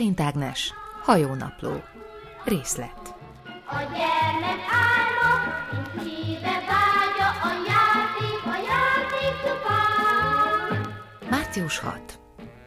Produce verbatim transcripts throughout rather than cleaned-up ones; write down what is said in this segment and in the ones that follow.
Bálint Ágnes, Hajónapló. Részlet. A gyermek álma, mint szíve vágya, a játék, a játék csupán. március hatodika.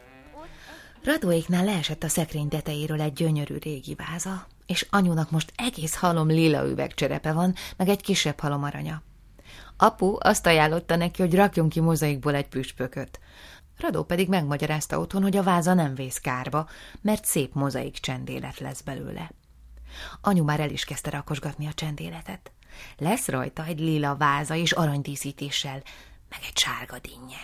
Radóéknál leesett a szekrény tetejéről egy gyönyörű régi váza, és anyunak most egész halom lila üvegcserepe van, meg egy kisebb halom aranya. Apu azt ajánlotta neki, hogy rakjon ki mozaikból egy püspököt. Radó pedig megmagyarázta otthon, hogy a váza nem vész kárba, mert szép mozaik csendélet lesz belőle. Anyu már el is kezdte rakosgatni a csendéletet. Lesz rajta egy lila váza és aranydíszítéssel, meg egy sárga dinnye.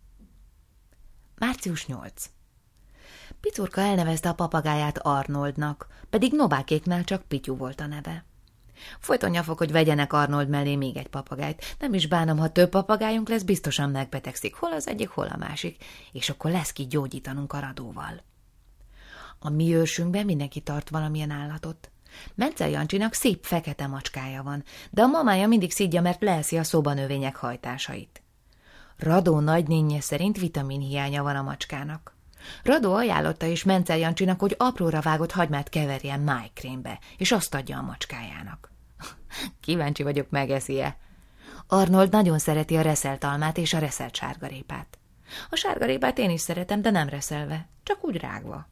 március nyolcadika. Picurka elnevezte a papagáját Arnoldnak, pedig Novákéknál csak Pityu volt a neve. Folyton nyafog, hogy vegyenek Arnold mellé még egy papagájt. Nem is bánom, ha több papagájunk lesz, biztosan megbetegszik, hol az egyik, hol a másik, és akkor lesz ki gyógyítanunk a Radóval. A mi őrsünkben mindenki tart valamilyen állatot. Menccel Jancsinak szép fekete macskája van, de a mamája mindig szidja, mert leeszi a szobanövények hajtásait. Radó nagynénje szerint vitaminhiánya van a macskának. Radó ajánlotta is Menccel Jancsinak, hogy apróra vágott hagymát keverjen májkrémbe, és azt adja a macskájának. Kíváncsi vagyok, megeszi-e. Arnold nagyon szereti a reszelt almát és a reszelt sárgarépát. A sárgarépát én is szeretem, de nem reszelve, csak úgy rágva.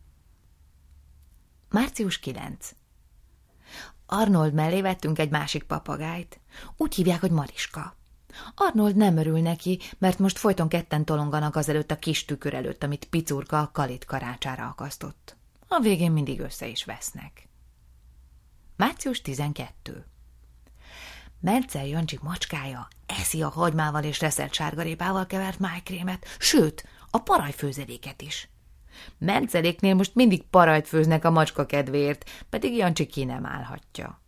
március kilencedike. Arnold mellé vettünk egy másik papagájt. Úgy hívják, hogy Mariska. Arnold nem örül neki, mert most folyton ketten tolonganak azelőtt a kis tükör előtt, amit Picurka a kalit karácsára akasztott. A végén mindig össze is vesznek. március tizenkettedike. Menccel Jancsi macskája eszi a hagymával és reszelt sárgarépával kevert májkrémet, sőt, a parajfőzeléket is. Menczeléknél most mindig parajt főznek a macska kedvéért, pedig Jancsi ki nem állhatja.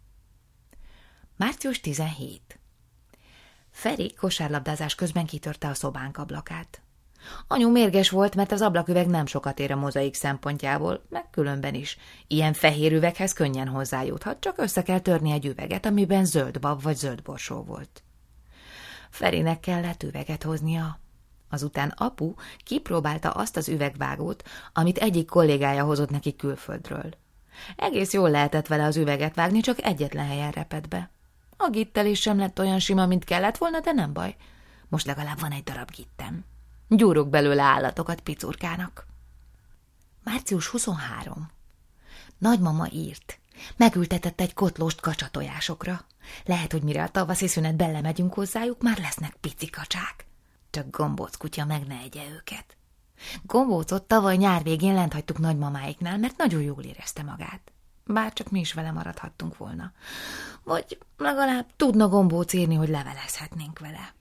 március tizenhetedike. Feri kosárlabdázás közben kitörte a szobánk ablakát. Anyu mérges volt, mert az ablaküveg nem sokat ér a mozaik szempontjából, meg különben is. Ilyen fehér üveghez könnyen hozzájuthat, csak össze kell törni egy üveget, amiben zöld bab vagy zöld borsó volt. Ferinek kellett üveget hoznia. Azután apu kipróbálta azt az üvegvágót, amit egyik kollégája hozott neki külföldről. Egész jól lehetett vele az üveget vágni, csak egyetlen helyen repett be. A gittelés sem lett olyan sima, mint kellett volna, de nem baj. Most legalább van egy darab gittem. Gyúrok belőle állatokat Picurkának. március huszonharmadika. Nagymama írt. Megültetett egy kotlóst kacsatojásokra. Lehet, hogy mire a tavaszi szünetben lemegyünk hozzájuk, már lesznek pici kacsák. Csak Gombóc kutya meg ne egye őket. Gombócot tavaly nyár végén lent hagytuk nagymamáiknál, mert nagyon jól érezte magát. Bár csak mi is vele maradhattunk volna. Vagy legalább tudna Gombóc írni, hogy levelezhetnénk vele.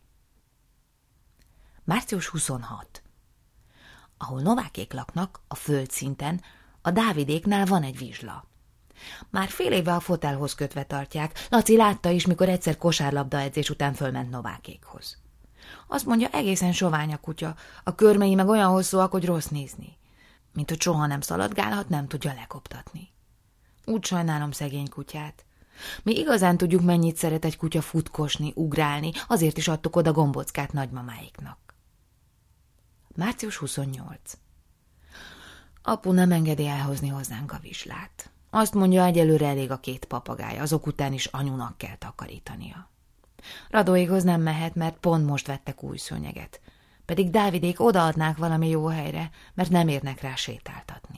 március huszonhatodika. Ahol Novákék laknak, a földszinten, a Dávidéknál van egy vizsla. Már fél éve a fotelhoz kötve tartják. Laci látta is, mikor egyszer kosárlabda edzés után fölment Novákékhoz. Azt mondja, egészen sovány a kutya, a körmei meg olyan hosszúak, hogy rossz nézni. Mint hogy soha nem szaladgálhat, nem tudja lekoptatni. Úgy sajnálom szegény kutyát. Mi igazán tudjuk, mennyit szeret egy kutya futkosni, ugrálni, azért is adtuk oda Gombóckát nagymamáiknak. március huszonnyolcadika. Apu nem engedi elhozni hozzánk a vizslát. Azt mondja, egyelőre elég a két papagáj, azok után is anyunak kell takarítania. Radóékhoz nem mehet, mert pont most vettek új szőnyeget. Pedig Dávidék odaadnák valami jó helyre, mert nem érnek rá sétáltatni.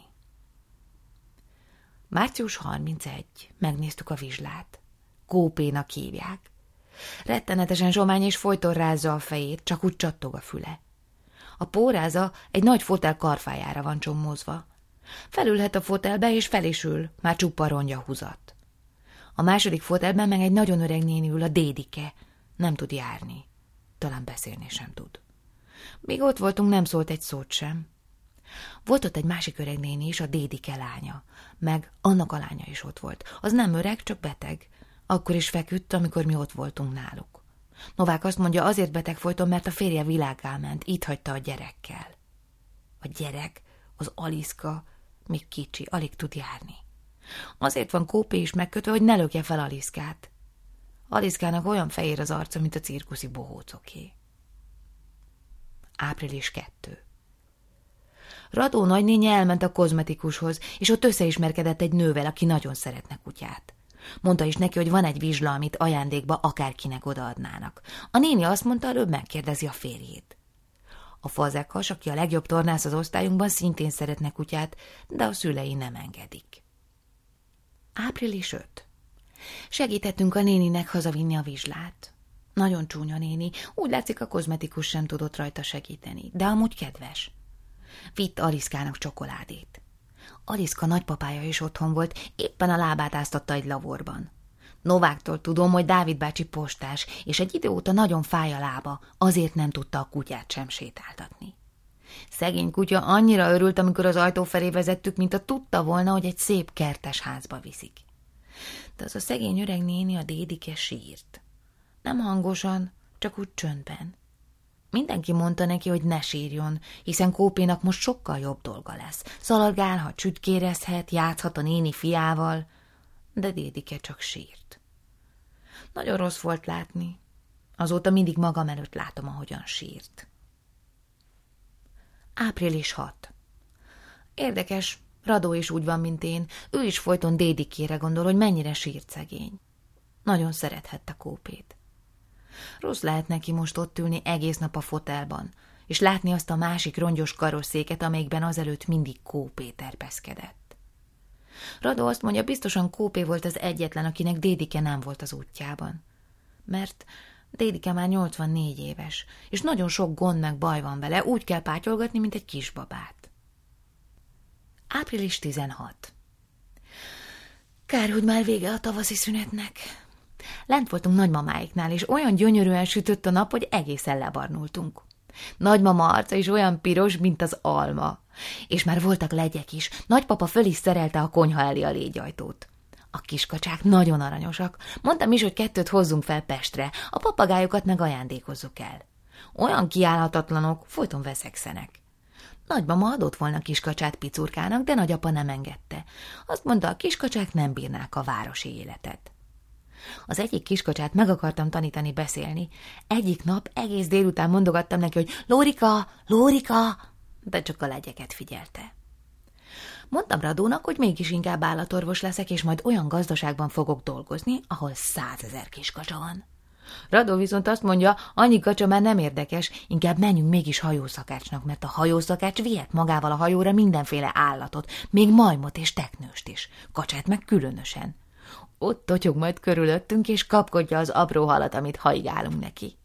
március harmincegyedike. Megnéztük a vizslát. Kópénak hívják. Rettenetesen zsomány és folyton rázza a fejét, csak úgy csattog a füle. A póráza egy nagy fotel karfájára van csomózva. Felülhet a fotelbe, és fel is ül, már csupa rongya húzat. A második fotelben meg egy nagyon öreg néni ül, a Dédike. Nem tud járni. Talán beszélni sem tud. Míg ott voltunk, nem szólt egy szót sem. Volt ott egy másik öreg néni is, a Dédike lánya, meg annak a lánya is ott volt. Az nem öreg, csak beteg. Akkor is feküdt, amikor mi ott voltunk náluk. Novák azt mondja, azért beteg folyton, mert a férje világgá ment, itt hagyta a gyerekkel. A gyerek, az Aliszka, még kicsi, alig tud járni. Azért van Kópé is megkötve, hogy ne lökje fel Aliszkát. Aliszkának olyan fehér az arca, mint a cirkuszi bohócoké. április másodika. Radó nagynénye elment a kozmetikushoz, és ott összeismerkedett egy nővel, aki nagyon szeretne kutyát. Mondta is neki, hogy van egy vizsla, amit ajándékba akárkinek odaadnának. A néni azt mondta, előbb megkérdezi a férjét. A fazekas, aki a legjobb tornász az osztályunkban, szintén szeretne kutyát, de a szülei nem engedik. április ötödike. Segítettünk a néninek hazavinni a vizslát. Nagyon csúnya néni, úgy látszik, a kozmetikus sem tudott rajta segíteni, de amúgy kedves. Vitt Aliszkának csokoládét. Aliszka nagypapája is otthon volt, éppen a lábát áztatta egy lavorban. Nováktól tudom, hogy Dávid bácsi postás, és egy idő óta nagyon fáj a lába, azért nem tudta a kutyát sem sétáltatni. Szegény kutya annyira örült, amikor az ajtó felé vezettük, mint a tudta volna, hogy egy szép kertes házba viszik. De az a szegény öreg néni, a Dédike sírt. Nem hangosan, csak úgy csöndben. Mindenki mondta neki, hogy ne sírjon, hiszen Kópénak most sokkal jobb dolga lesz. Szaladgálhat, csütkérezhet, játszhat a néni fiával, de Dédike csak sírt. Nagyon rossz volt látni. Azóta mindig magam előtt látom, ahogyan sírt. április hatodika. Érdekes, Radó is úgy van, mint én. Ő is folyton Dédikére gondol, hogy mennyire sírt szegény. Nagyon szerethette Kópét. Rossz lehet neki most ott ülni egész nap a fotelban, és látni azt a másik rongyos karosszéket, amelyikben azelőtt mindig Kópé terpeszkedett. Radó azt mondja, biztosan Kópé volt az egyetlen, akinek Dédike nem volt az útjában. Mert Dédike már nyolcvannégy éves, és nagyon sok gond meg baj van vele, úgy kell pátyolgatni, mint egy kisbabát. április tizenhatodika. Kár, hogy már vége a tavaszi szünetnek. Lent voltunk nagymamáiknál, és olyan gyönyörűen sütött a nap, hogy egészen lebarnultunk. Nagymama arca is olyan piros, mint az alma. És már voltak legyek is. Nagypapa föl is szerelte a konyha elé a légyajtót. A kiskacsák nagyon aranyosak. Mondtam is, hogy kettőt hozzunk fel Pestre, a papagájokat meg ajándékozzuk el. Olyan kiállhatatlanok, folyton veszekszenek. Nagymama adott volna kiskacsát Picurkának, de nagyapa nem engedte. Azt mondta, a kiskacsák nem bírnák a városi életet. Az egyik kiskacsát meg akartam tanítani beszélni. Egyik nap egész délután mondogattam neki, hogy Lórika, Lórika, de csak a legyeket figyelte. Mondtam Radónak, hogy mégis inkább állatorvos leszek, és majd olyan gazdaságban fogok dolgozni, ahol százezer kiskacsa van. Radó viszont azt mondja, annyi kacsa már nem érdekes, inkább menjünk mégis hajószakácsnak, mert a hajószakács vihet magával a hajóra mindenféle állatot, még majmot és teknőst is, kacsát meg különösen. Ott totyog majd körülöttünk, és kapkodja az apró halat, amit haigálunk neki.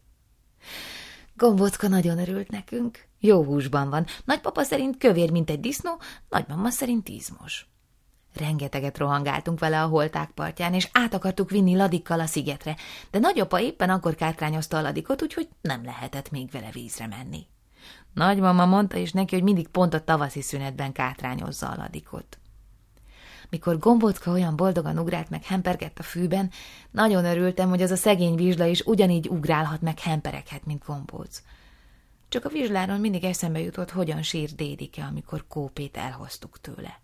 Gombócka nagyon örült nekünk. Jó húsban van. Nagypapa szerint kövér, mint egy disznó, nagymama szerint izmos. Rengeteget rohangáltunk vele a holták partján, és át akartuk vinni Ladikkal a szigetre, de nagyapa éppen akkor kátrányozta a Ladikot, úgyhogy nem lehetett még vele vízre menni. Nagymama mondta is neki, hogy mindig pont a tavaszi szünetben kátrányozza a Ladikot. Mikor Gombócka olyan boldogan ugrált meg hempergett a fűben, nagyon örültem, hogy az a szegény vizsla is ugyanígy ugrálhat meg hempereghet, mint Gombóc. Csak a vizsláról mindig eszembe jutott, hogyan sír Dédike, amikor Kópét elhoztuk tőle.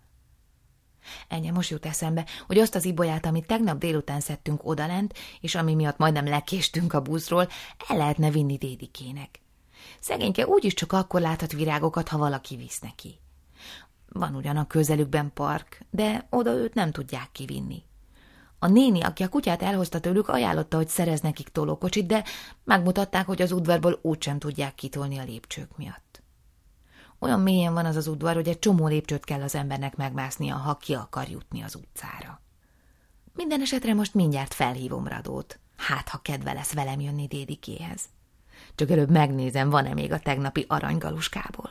Ennyi most jut eszembe, hogy azt az ibolyát, amit tegnap délután szedtünk odalent, és ami miatt majdnem lekéstünk a buszról, el lehetne vinni Dédikének. Szegényke úgyis csak akkor láthat virágokat, ha valaki visz neki. Van ugyan a közelükben park, de oda őt nem tudják kivinni. A néni, aki a kutyát elhozta tőlük, ajánlotta, hogy szerez nekik tolókocsit, de megmutatták, hogy az udvarból úgysem tudják kitolni a lépcsők miatt. Olyan mélyen van az az udvar, hogy egy csomó lépcsőt kell az embernek megmásznia, ha ki akar jutni az utcára. Minden esetre most mindjárt felhívom Radót, hát ha kedve lesz velem jönni Dédikéhez. Csak előbb megnézem, van-e még a tegnapi aranygaluskából.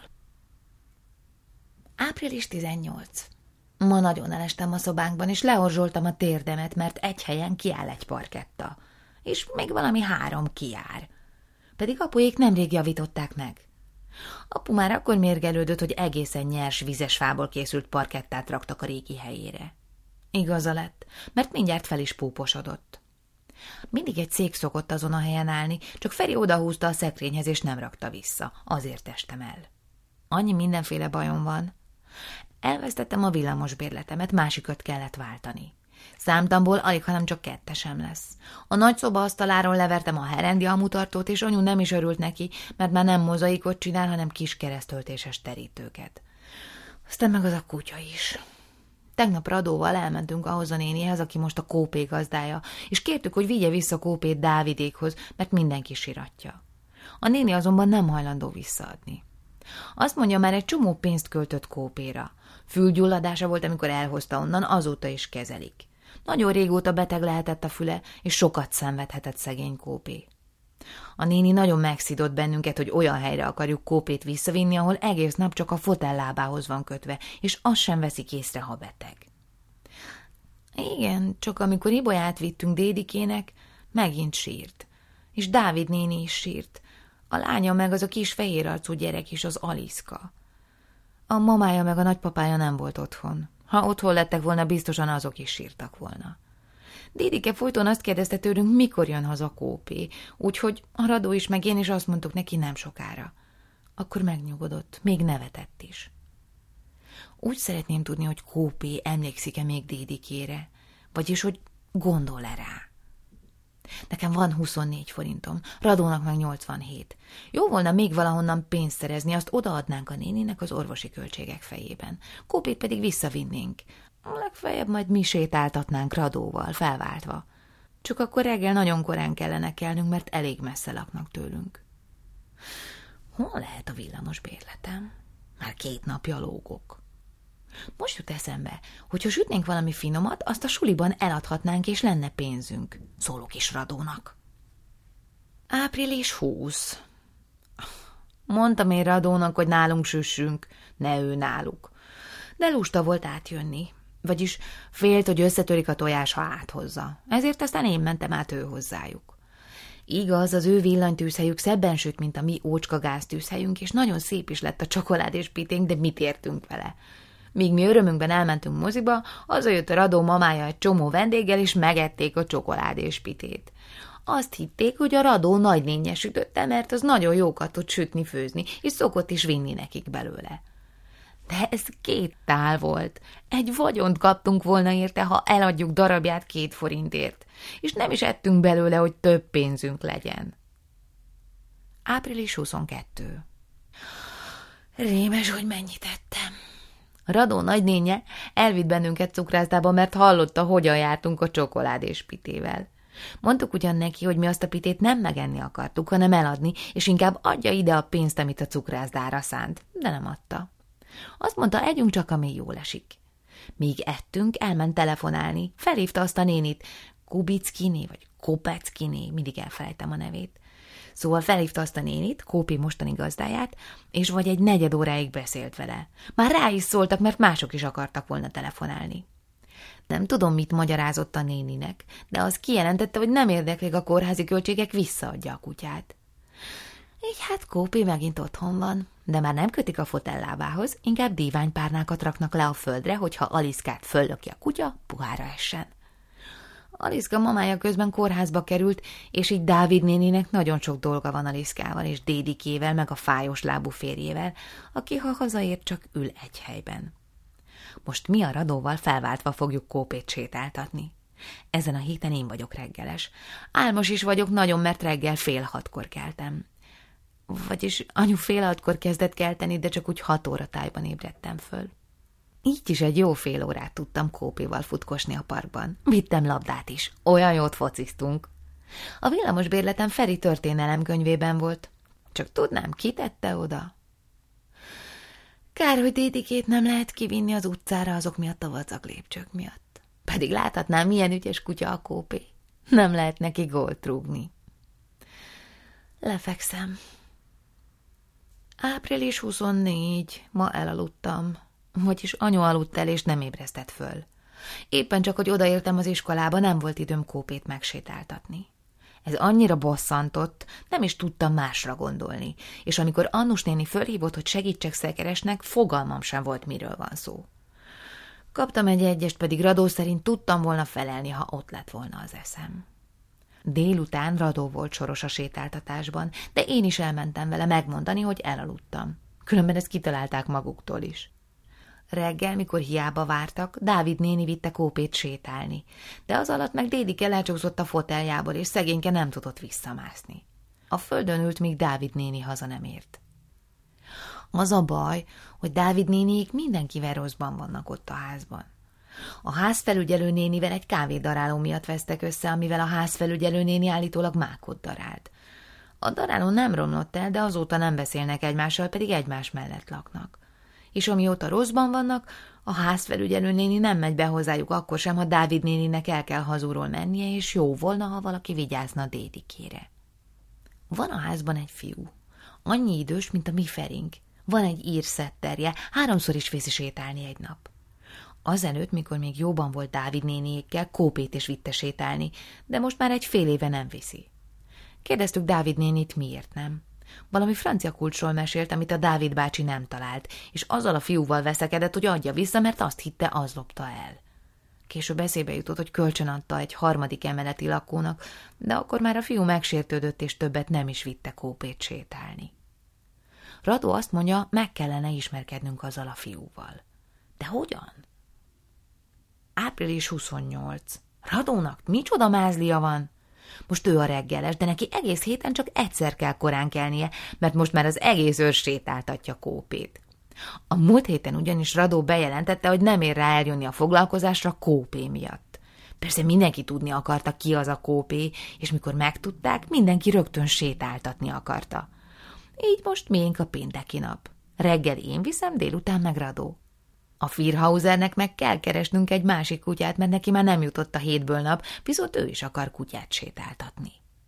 április tizennyolcadika. Ma nagyon elestem a szobánkban, és leorzsoltam a térdemet, mert egy helyen kiáll egy parketta, és még valami három kijár. Pedig apuék nemrég javították meg. Apu már akkor mérgelődött, hogy egészen nyers, vizes fából készült parkettát raktak a régi helyére. Igaza lett, mert mindjárt fel is púposodott. Mindig egy szék szokott azon a helyen állni, csak Feri odahúzta a szekrényhez, és nem rakta vissza. Azért estem el. Annyi mindenféle bajom van. Elvesztettem a villamosbérletemet, másikat kellett váltani. Számtamból alig, hanem csak kettesem lesz. A nagy szoba asztaláról levertem a herendi hamutartót, és anyu nem is örült neki, mert már nem mozaikot csinál, hanem kis keresztöltéses terítőket. Aztán meg az a kutya is. Tegnap Radóval elmentünk ahhoz a nénihez, aki most a Kópé gazdája, és kértük, hogy vigye vissza Kópét Dávidékhoz, mert mindenki siratja. A néni azonban nem hajlandó visszaadni. Azt mondja, már egy csomó pénzt költött Kópéra. Fülgyulladása volt, amikor elhozta onnan, azóta is kezelik. Nagyon régóta beteg lehetett a füle, és sokat szenvedhetett szegény Kópé. A néni nagyon megszidott bennünket, hogy olyan helyre akarjuk Kópét visszavinni, ahol egész nap csak a fotel lábához van kötve, és azt sem veszik észre, ha beteg. Igen, csak amikor Ibolyát vittünk Dédikének, megint sírt. És Dávid néni is sírt. A lánya meg az a kis fehérarcú gyerek is, az Aliszka. A mamája meg a nagypapája nem volt otthon. Ha otthon lettek volna, biztosan azok is sírtak volna. Dédike folyton azt kérdezte tőlünk, mikor jön haza Kópé, úgyhogy a Radó is meg én is azt mondtuk neki nem sokára. Akkor megnyugodott, még nevetett is. Úgy szeretném tudni, hogy Kópé emlékszik-e még Dédikére, vagyis hogy gondol-e rá. Nekem van huszonnégy forintom, Radónak meg nyolcvanhét. Jó volna még valahonnan pénzt szerezni, azt odaadnánk a néninek az orvosi költségek fejében. Kópét pedig visszavinnénk. Legfeljebb majd mi sétáltatnánk Radóval, felváltva. Csak akkor reggel nagyon korán kellene kelnünk, mert elég messze laknak tőlünk. Hol lehet a villamos bérletem? Már két napja lógok. Most jut eszembe, hogyha sütnénk valami finomat, azt a suliban eladhatnánk, és lenne pénzünk. Szólok is Radónak. április huszadika. Mondtam én Radónak, hogy nálunk süssünk, ne ő náluk. De lusta volt átjönni, vagyis félt, hogy összetörik a tojás, ha áthozza. Ezért aztán én mentem át ő hozzájuk. Igaz, az ő villanytűzhelyük szebben süt, mint a mi ócska gáztűzhelyünk, és nagyon szép is lett a csokolád és piténk, de mit értünk vele? Míg mi örömünkben elmentünk moziba, hazajött a Radó mamája egy csomó vendéggel, és megették a csokolád és pitét. Azt hitték, hogy a Radó nagynénye sütötte, mert az nagyon jókat tud sütni, főzni, és szokott is vinni nekik belőle. De ez két tál volt. Egy vagyont kaptunk volna érte, ha eladjuk darabját két forintért, és nem is ettünk belőle, hogy több pénzünk legyen. április huszonkettedike. Rémes, hogy mennyit ettem. Radó nagynénye elvitt bennünket cukrászdába, mert hallotta, hogyan jártunk a csokolád és pitével. Mondtuk ugyan neki, hogy mi azt a pitét nem megenni akartuk, hanem eladni, és inkább adja ide a pénzt, amit a cukrászdára szánt, de nem adta. Azt mondta, együnk csak, ami jól esik. Míg ettünk, elment telefonálni, felhívta azt a nénit, Kubickiné, vagy Kopeckiné, mindig elfelejtem a nevét. Szóval felhívta azt a nénit, Kópé mostani gazdáját, és vagy egy negyed óráig beszélt vele. Már rá is szóltak, mert mások is akartak volna telefonálni. Nem tudom, mit magyarázott a néninek, de az kijelentette, hogy nem érdeklik a kórházi költségek, visszaadja a kutyát. Így hát Kópé megint otthon van, de már nem kötik a fotellábához, inkább díványpárnákat raknak le a földre, hogyha Aliszkát föllöki a kutya, puhára essen. Aliszka mamája közben kórházba került, és így Dávid néninek nagyon sok dolga van Aliszkával és Dédikével, meg a fájos lábú férjével, aki ha hazaér, csak ül egy helyben. Most mi a Radóval felváltva fogjuk Kópét sétáltatni. Ezen a héten én vagyok reggeles. Álmos is vagyok nagyon, mert reggel fél hatkor keltem. Vagyis anyu fél hatkor kezdett kelteni, de csak úgy hat óra tájban ébredtem föl. Így is egy jó fél órát tudtam Kópéval futkosni a parkban. Vittem labdát is. Olyan jót fociztunk. A villamos bérletem Feri történelemkönyvében volt. Csak tudnám, ki tette oda? Kár, hogy Dédikét nem lehet kivinni az utcára azok miatt a vacak lépcsők miatt. Pedig láthatnám, milyen ügyes kutya a Kópé. Nem lehet neki gólt rúgni. Lefekszem. április huszonnégyedike. Ma elaludtam. Vagyis anyu aludt el, és nem ébresztett föl. Éppen csak, hogy odaértem az iskolába, nem volt időm Kópét megsétáltatni. Ez annyira bosszantott, nem is tudtam másra gondolni, és amikor Annus néni fölhívott, hogy segítsek Szekeresnek, fogalmam sem volt, miről van szó. Kaptam egy egyest, pedig Radó szerint tudtam volna felelni, ha ott lett volna az eszem. Délután Radó volt soros a sétáltatásban, de én is elmentem vele megmondani, hogy elaludtam. Különben ezt kitalálták maguktól is. Reggel, mikor hiába vártak, Dávid néni vitte Kópét sétálni, de az alatt meg Dédike lecsúszott a foteljából, és szegényke nem tudott visszamászni. A földön ült, míg Dávid néni haza nem ért. Az a baj, hogy Dávid néniék mindenkivel rosszban vannak ott a házban. A házfelügyelő nénivel egy kávédaráló miatt vesztek össze, amivel a házfelügyelő néni állítólag mákot darált. A daráló nem romlott el, de azóta nem beszélnek egymással, pedig egymás mellett laknak. És amióta rosszban vannak, a házfelügyelő néni nem megy be hozzájuk akkor sem, ha Dávid néninek el kell hazúról mennie, és jó volna, ha valaki vigyázna Dédikére. Van a házban egy fiú, annyi idős, mint a mi Ferink. Van egy ír szetterje, háromszor is viszi sétálni egy nap. Azelőtt, mikor még jóban volt Dávid néniékkel, Kópét is vitte sétálni, de most már egy fél éve nem viszi. Kérdeztük Dávid nénit, miért nem. Valami francia kulcsról mesélt, amit a Dávid bácsi nem talált, és azzal a fiúval veszekedett, hogy adja vissza, mert azt hitte, az lopta el. Később eszébe jutott, hogy kölcsön adta egy harmadik emeleti lakónak, de akkor már a fiú megsértődött, és többet nem is vitte Kópét sétálni. Radó azt mondja, meg kellene ismerkednünk azzal a fiúval. De hogyan? április huszonnyolc. Radónak micsoda mázlia van? Most ő a reggeles, de neki egész héten csak egyszer kell korán kelnie, mert most már az egész őr sétáltatja Kópét. A múlt héten ugyanis Radó bejelentette, hogy nem ér rá eljönni a foglalkozásra Kópé miatt. Persze mindenki tudni akarta, ki az a Kópé, és mikor megtudták, mindenki rögtön sétáltatni akarta. Így most miénk a pénteki nap. Reggel én viszem, délután meg Radó. A Firhausernek meg kell keresnünk egy másik kutyát, mert neki már nem jutott a hétből nap, viszont ő is akar kutyát sétáltatni.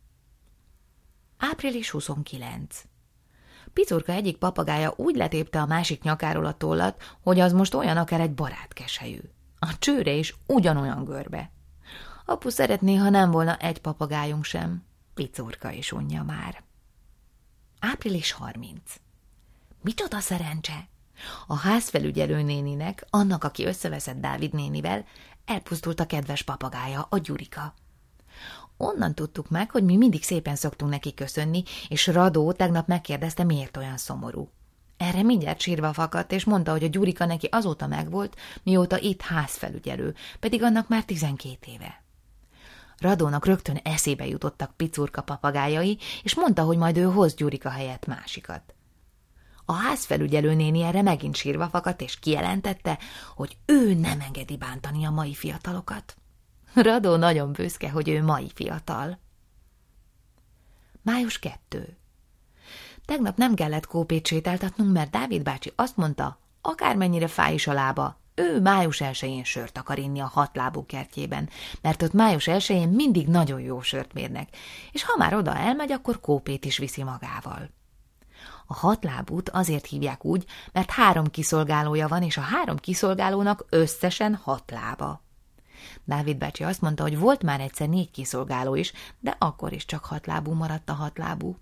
április huszonkilenc. Picurka egyik papagája úgy letépte a másik nyakáról a tollat, hogy az most olyan akár egy barátkeselyű. A csőre is ugyanolyan görbe. Apu szeretné, ha nem volna egy papagájunk sem. Picurka is unja már. április harminc. Micsoda szerencse! A házfelügyelő néninek, annak, aki összeveszett Dávid nénivel, elpusztult a kedves papagája, a Gyurika. Onnan tudtuk meg, hogy mi mindig szépen szoktunk neki köszönni, és Radó tegnap megkérdezte, miért olyan szomorú. Erre mindjárt sírva fakadt, és mondta, hogy a Gyurika neki azóta megvolt, mióta itt házfelügyelő, pedig annak már tizenkét éve. Radónak rögtön eszébe jutottak Picurka papagájai, és mondta, hogy majd ő hoz Gyurika helyett másikat. A házfelügyelő néni erre megint sírva fakadt, és kijelentette, hogy ő nem engedi bántani a mai fiatalokat. Radó nagyon büszke, hogy ő mai fiatal. május kettő. Tegnap nem kellett Kópét sétáltatnunk, mert Dávid bácsi azt mondta, akármennyire fáj is a lába, ő május elsején sört akar inni a hatlábú kertjében, mert ott május elsején mindig nagyon jó sört mérnek, és ha már oda elmegy, akkor Kópét is viszi magával. A hatlábút azért hívják úgy, mert három kiszolgálója van, és a három kiszolgálónak összesen hat lába. Dávid bácsi azt mondta, hogy volt már egyszer négy kiszolgáló is, de akkor is csak hatlábú maradt a hatlábú.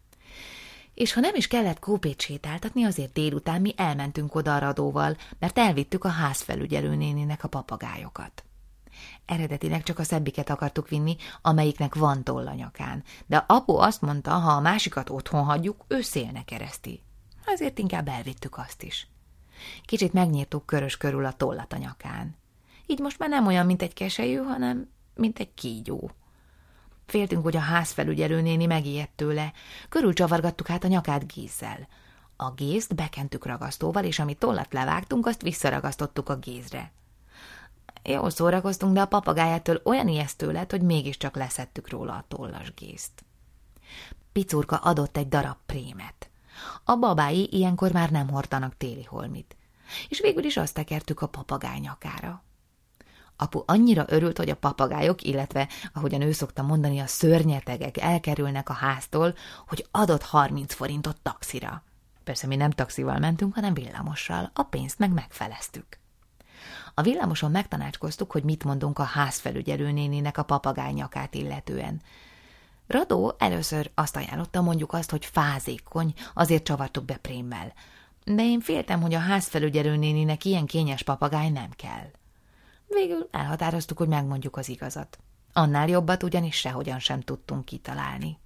És ha nem is kellett Kópét sétáltatni, azért délután mi elmentünk oda a Radóval, mert elvittük a házfelügyelő néninek a papagájokat. Eredetileg csak a szebbiket akartuk vinni, amelyiknek van toll a nyakán, de apu azt mondta, ha a másikat otthon hagyjuk, ő szélnek ereszti. Ezért inkább elvittük azt is. Kicsit megnyírtuk körös körül a tollat a nyakán. Így most már nem olyan, mint egy keselyű, hanem mint egy kígyó. Féltünk, hogy a házfelügyelő néni megijedt tőle. Körülcsavargattuk hát a nyakát gézzel. A gézt bekentük ragasztóval, és amit tollat levágtunk, azt visszaragasztottuk a gézre. Jól szórakoztunk, de a papagájától olyan ijesztő lett, hogy mégiscsak leszettük róla a tollas gézt. Picurka adott egy darab prémet. A babái ilyenkor már nem hordanak téli holmit, és végül is azt tekertük a papagáj nyakára. Apu annyira örült, hogy a papagájok, illetve, ahogyan ő szokta mondani, a szörnyetegek elkerülnek a háztól, hogy adott harminc forintot taxira. Persze mi nem taxival mentünk, hanem villamossal, a pénzt meg megfeleztük. A villamoson megtanácskoztuk, hogy mit mondunk a házfelügyelő néninek a papagáj nyakát illetően. Radó először azt ajánlotta, mondjuk azt, hogy fázékony, azért csavartuk be prémmel. De én féltem, hogy a házfelügyelő néninek ilyen kényes papagáj nem kell. Végül elhatároztuk, hogy megmondjuk az igazat. Annál jobbat ugyanis sehogyan sem tudtunk kitalálni.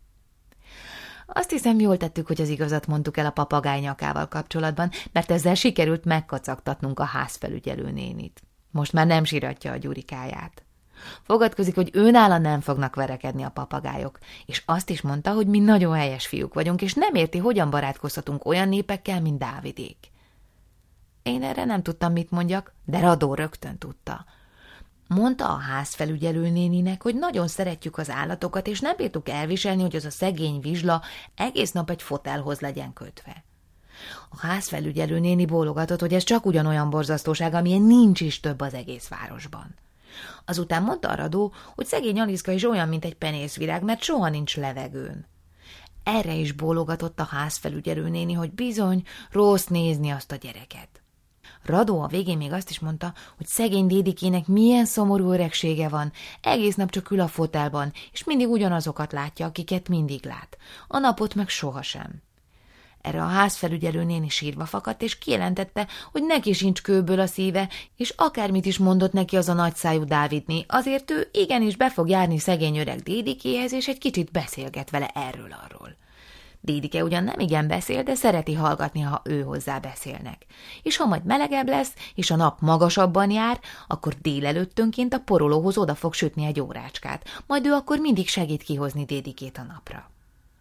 Azt hiszem, jól tettük, hogy az igazat mondtuk el a papagáj nyakával kapcsolatban, mert ezzel sikerült megkacagtatnunk a házfelügyelő nénit. Most már nem síratja a Gyurikáját. Fogadkozik, hogy őnála nem fognak verekedni a papagájok, és azt is mondta, hogy mi nagyon helyes fiúk vagyunk, és nem érti, hogyan barátkozhatunk olyan népekkel, mint Dávidék. Én erre nem tudtam, mit mondjak, de Radó rögtön tudta. Mondta a házfelügyelő néninek, hogy nagyon szeretjük az állatokat, és nem bírtuk elviselni, hogy az a szegény vizsla egész nap egy fotelhoz legyen kötve. A házfelügyelő néni bólogatott, hogy ez csak ugyanolyan borzasztóság, amilyen nincs is több az egész városban. Azután mondta a Radó, hogy szegény Aliszka is olyan, mint egy penészvirág, mert soha nincs levegőn. Erre is bólogatott a házfelügyelő néni, hogy bizony rossz nézni azt a gyereket. Radó a végén még azt is mondta, hogy szegény Dédikének milyen szomorú öregsége van, egész nap csak ül a fotelban, és mindig ugyanazokat látja, akiket mindig lát. A napot meg sohasem. Erre a házfelügyelő néni sírva fakadt, és kijelentette, hogy neki sincs kőből a szíve, és akármit is mondott neki az a nagyszájú Dávidné, azért ő igenis be fog járni szegény öreg Dédikéhez, és egy kicsit beszélget vele erről-arról. Dédike ugyan nem igen beszél, de szereti hallgatni, ha ő hozzá beszélnek. És ha majd melegebb lesz, és a nap magasabban jár, akkor délelőttönként a porolóhoz oda fog sütni egy órácskát, majd ő akkor mindig segít kihozni Dédikét a napra.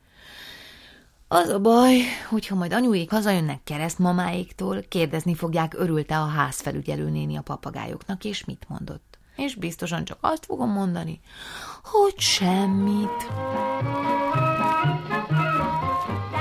Az a baj, hogyha majd anyuék hazajönnek keresztmamáiktól, kérdezni fogják, örülte a házfelügyelő néni a papagájoknak, és mit mondott. És biztosan csak azt fogom mondani, hogy semmit.